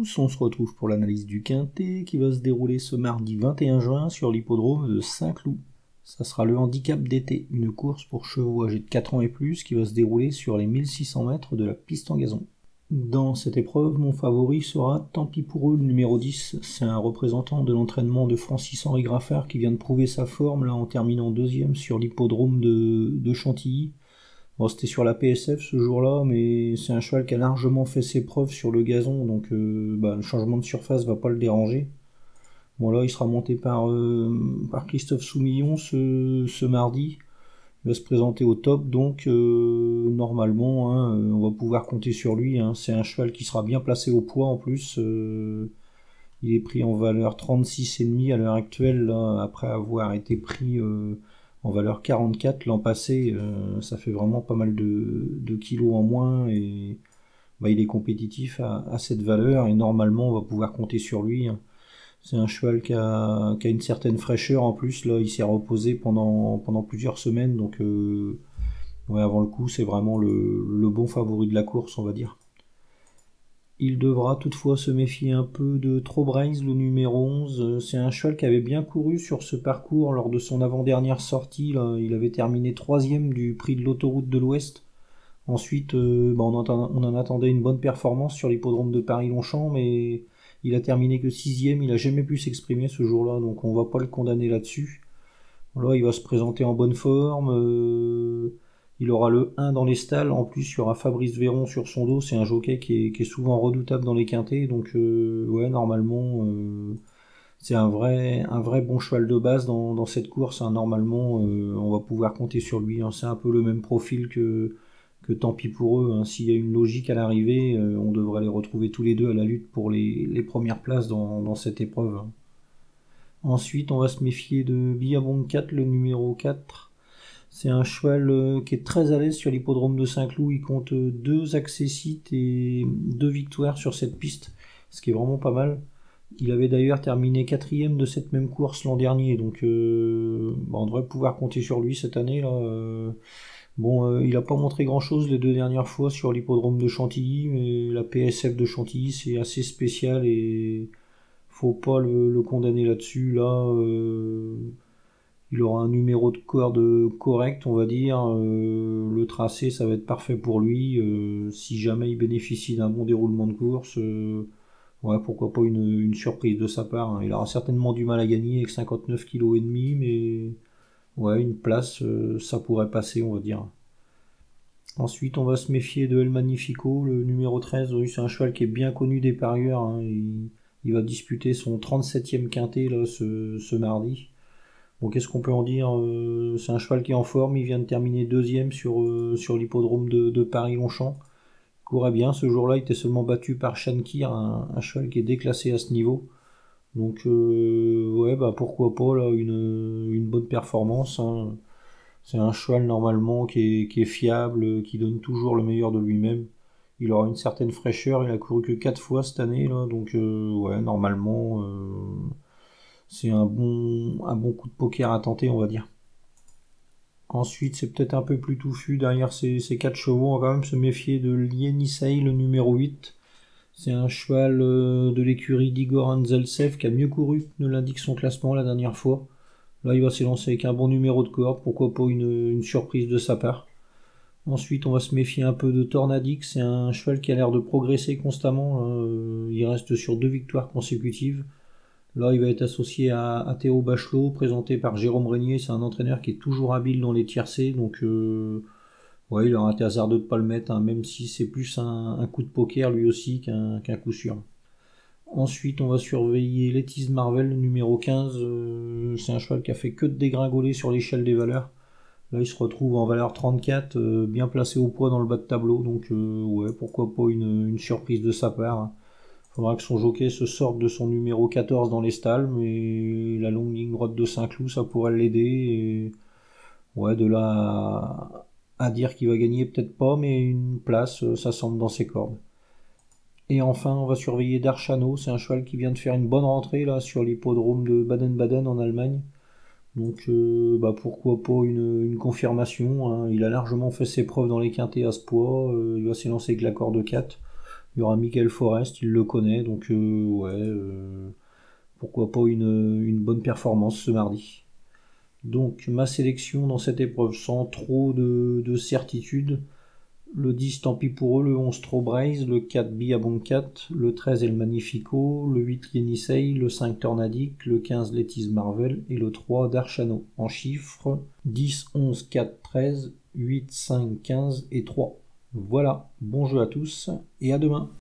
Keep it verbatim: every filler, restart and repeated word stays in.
tous, on se retrouve pour l'analyse du quintet qui va se dérouler ce mardi vingt et un juin sur l'hippodrome de Saint-Cloud. Ça sera le handicap d'été, une course pour chevaux âgés de quatre ans et plus qui va se dérouler sur les mille six cents mètres de la piste en gazon. Dans cette épreuve, mon favori sera Tant pis pour eux, le numéro dix. C'est un représentant de l'entraînement de Francis-Henri Graffard qui vient de prouver sa forme là en terminant deuxième sur l'hippodrome de, de Chantilly. Bon, c'était sur la P S F ce jour-là, mais c'est un cheval qui a largement fait ses preuves sur le gazon, donc euh, bah, le changement de surface va pas le déranger. Bon là, il sera monté par, euh, par Christophe Soumillon ce, ce mardi. Il va se présenter au top, donc euh, normalement, hein, on va pouvoir compter sur lui. Hein. C'est un cheval qui sera bien placé au poids en plus. Euh, il est pris en valeur trente-six virgule cinq à l'heure actuelle, là, après avoir été pris... Euh, en valeur quarante-quatre l'an passé, euh, ça fait vraiment pas mal de, de kilos en moins et bah, il est compétitif à, à cette valeur et normalement on va pouvoir compter sur lui. Hein. C'est un cheval qui a, qui a une certaine fraîcheur en plus, là il s'est reposé pendant, pendant plusieurs semaines, donc euh, ouais, avant le coup c'est vraiment le, le bon favori de la course, on va dire. Il devra toutefois se méfier un peu de Trobraise, le numéro onze. C'est un cheval qui avait bien couru sur ce parcours lors de son avant-dernière sortie. Là. Il avait terminé troisième du prix de l'autoroute de l'Ouest. Ensuite, euh, bah on, en, on en attendait une bonne performance sur l'hippodrome de Paris-Longchamp, mais il a terminé que sixième. Il n'a jamais pu s'exprimer ce jour-là, donc on ne va pas le condamner là-dessus. Là, il va se présenter en bonne forme. Euh... Il aura le un dans les stalles, en plus il y aura Fabrice Véron sur son dos, c'est un jockey qui est, qui est souvent redoutable dans les quintets, donc euh, ouais normalement euh, c'est un vrai, un vrai bon cheval de base dans, dans cette course, hein. Normalement euh, on va pouvoir compter sur lui, hein. C'est un peu le même profil que, que Tant pis pour eux, hein. S'il y a une logique à l'arrivée, euh, on devrait les retrouver tous les deux à la lutte pour les, les premières places dans, dans cette épreuve. Hein. Ensuite on va se méfier de Billabong quatre, le numéro quatre. C'est un cheval euh, qui est très à l'aise sur l'hippodrome de Saint-Cloud. Il compte euh, deux accessites et deux victoires sur cette piste, ce qui est vraiment pas mal. Il avait d'ailleurs terminé quatrième de cette même course l'an dernier, donc euh, bah, on devrait pouvoir compter sur lui cette année. Là. Euh, bon, euh, il n'a pas montré grand-chose les deux dernières fois sur l'hippodrome de Chantilly, mais la P S F de Chantilly c'est assez spécial et faut pas le, le condamner là-dessus. Là. Euh, Il aura un numéro de corde correct, on va dire. Euh, le tracé, ça va être parfait pour lui. Euh, si jamais il bénéficie d'un bon déroulement de course, euh, ouais, pourquoi pas une, une surprise de sa part. Hein. Il aura certainement du mal à gagner avec cinquante-neuf virgule cinq kilos, mais ouais, une place, euh, ça pourrait passer, on va dire. Ensuite, on va se méfier de El Magnifico, le numéro treize. Oui, c'est un cheval qui est bien connu des parieurs. Hein. Il, il va disputer son trente-septième quintet là, ce, ce mardi. Bon, qu'est-ce qu'on peut en dire? euh, C'est un cheval qui est en forme, il vient de terminer deuxième sur, euh, sur l'hippodrome de, de Paris-Longchamp. Il courait bien, ce jour-là il était seulement battu par Shankir, un, un cheval qui est déclassé à ce niveau. Donc euh, ouais, bah pourquoi pas là, une, une bonne performance. Hein. C'est un cheval normalement qui est, qui est fiable, qui donne toujours le meilleur de lui-même. Il aura une certaine fraîcheur, il a couru que quatre fois cette année, là, donc euh, ouais, normalement... Euh, c'est un bon, un bon coup de poker à tenter, on va dire. Ensuite, c'est peut-être un peu plus touffu. Derrière ces, ces quatre chevaux, on va quand même se méfier de Lienisei, le numéro huit. C'est un cheval euh, de l'écurie d'Igor Anzeltsev qui a mieux couru que ne l'indique son classement la dernière fois. Là, il va s'élancer avec un bon numéro de corde. Pourquoi pas une, une surprise de sa part. Ensuite, on va se méfier un peu de Tornadix. C'est un cheval qui a l'air de progresser constamment. Hein. Il reste sur deux victoires consécutives. Là, il va être associé à, à Théo Bachelot, présenté par Jérôme Régnier. C'est un entraîneur qui est toujours habile dans les tiercés, donc euh, ouais, il aura été hasardeux de ne pas le mettre, hein, même si c'est plus un, un coup de poker lui aussi qu'un qu'un coup sûr. Ensuite, on va surveiller Lettice Marvel, numéro quinze. Euh, c'est un cheval qui a fait que de dégringoler sur l'échelle des valeurs. Là, il se retrouve en valeur trente-quatre, euh, bien placé au poids dans le bas de tableau, donc euh, ouais, pourquoi pas une, une surprise de sa part. Hein. Faudra que son jockey se sorte de son numéro quatorze dans les stalles, mais la longue ligne droite de Saint-Cloud, ça pourrait l'aider. Et ouais, de là à, à dire qu'il va gagner, peut-être pas, mais une place, ça semble dans ses cordes. Et enfin, on va surveiller Darchano, c'est un cheval qui vient de faire une bonne rentrée là sur l'hippodrome de Baden-Baden en Allemagne. Donc euh, bah, pourquoi pas une, une confirmation. Hein. Il a largement fait ses preuves dans les quintets à ce poids, euh, il va s'élancer avec la corde quatre. Il y aura Michael Forest, il le connaît, donc euh, ouais, euh, pourquoi pas une, une bonne performance ce mardi. Donc ma sélection dans cette épreuve sans trop de, de certitude. Le dix, tant pis pour eux, le onze, Strawbraze, le quatre, Billaboncat, le treize, El Magnifico, le huit, Yenisei, le cinq, Tornadic, le quinze, Lettice Marvel et le trois, Darshano. En chiffres, dix, onze, quatre, treize, huit, cinq, quinze et trois. Voilà, bon jeu à tous et à demain.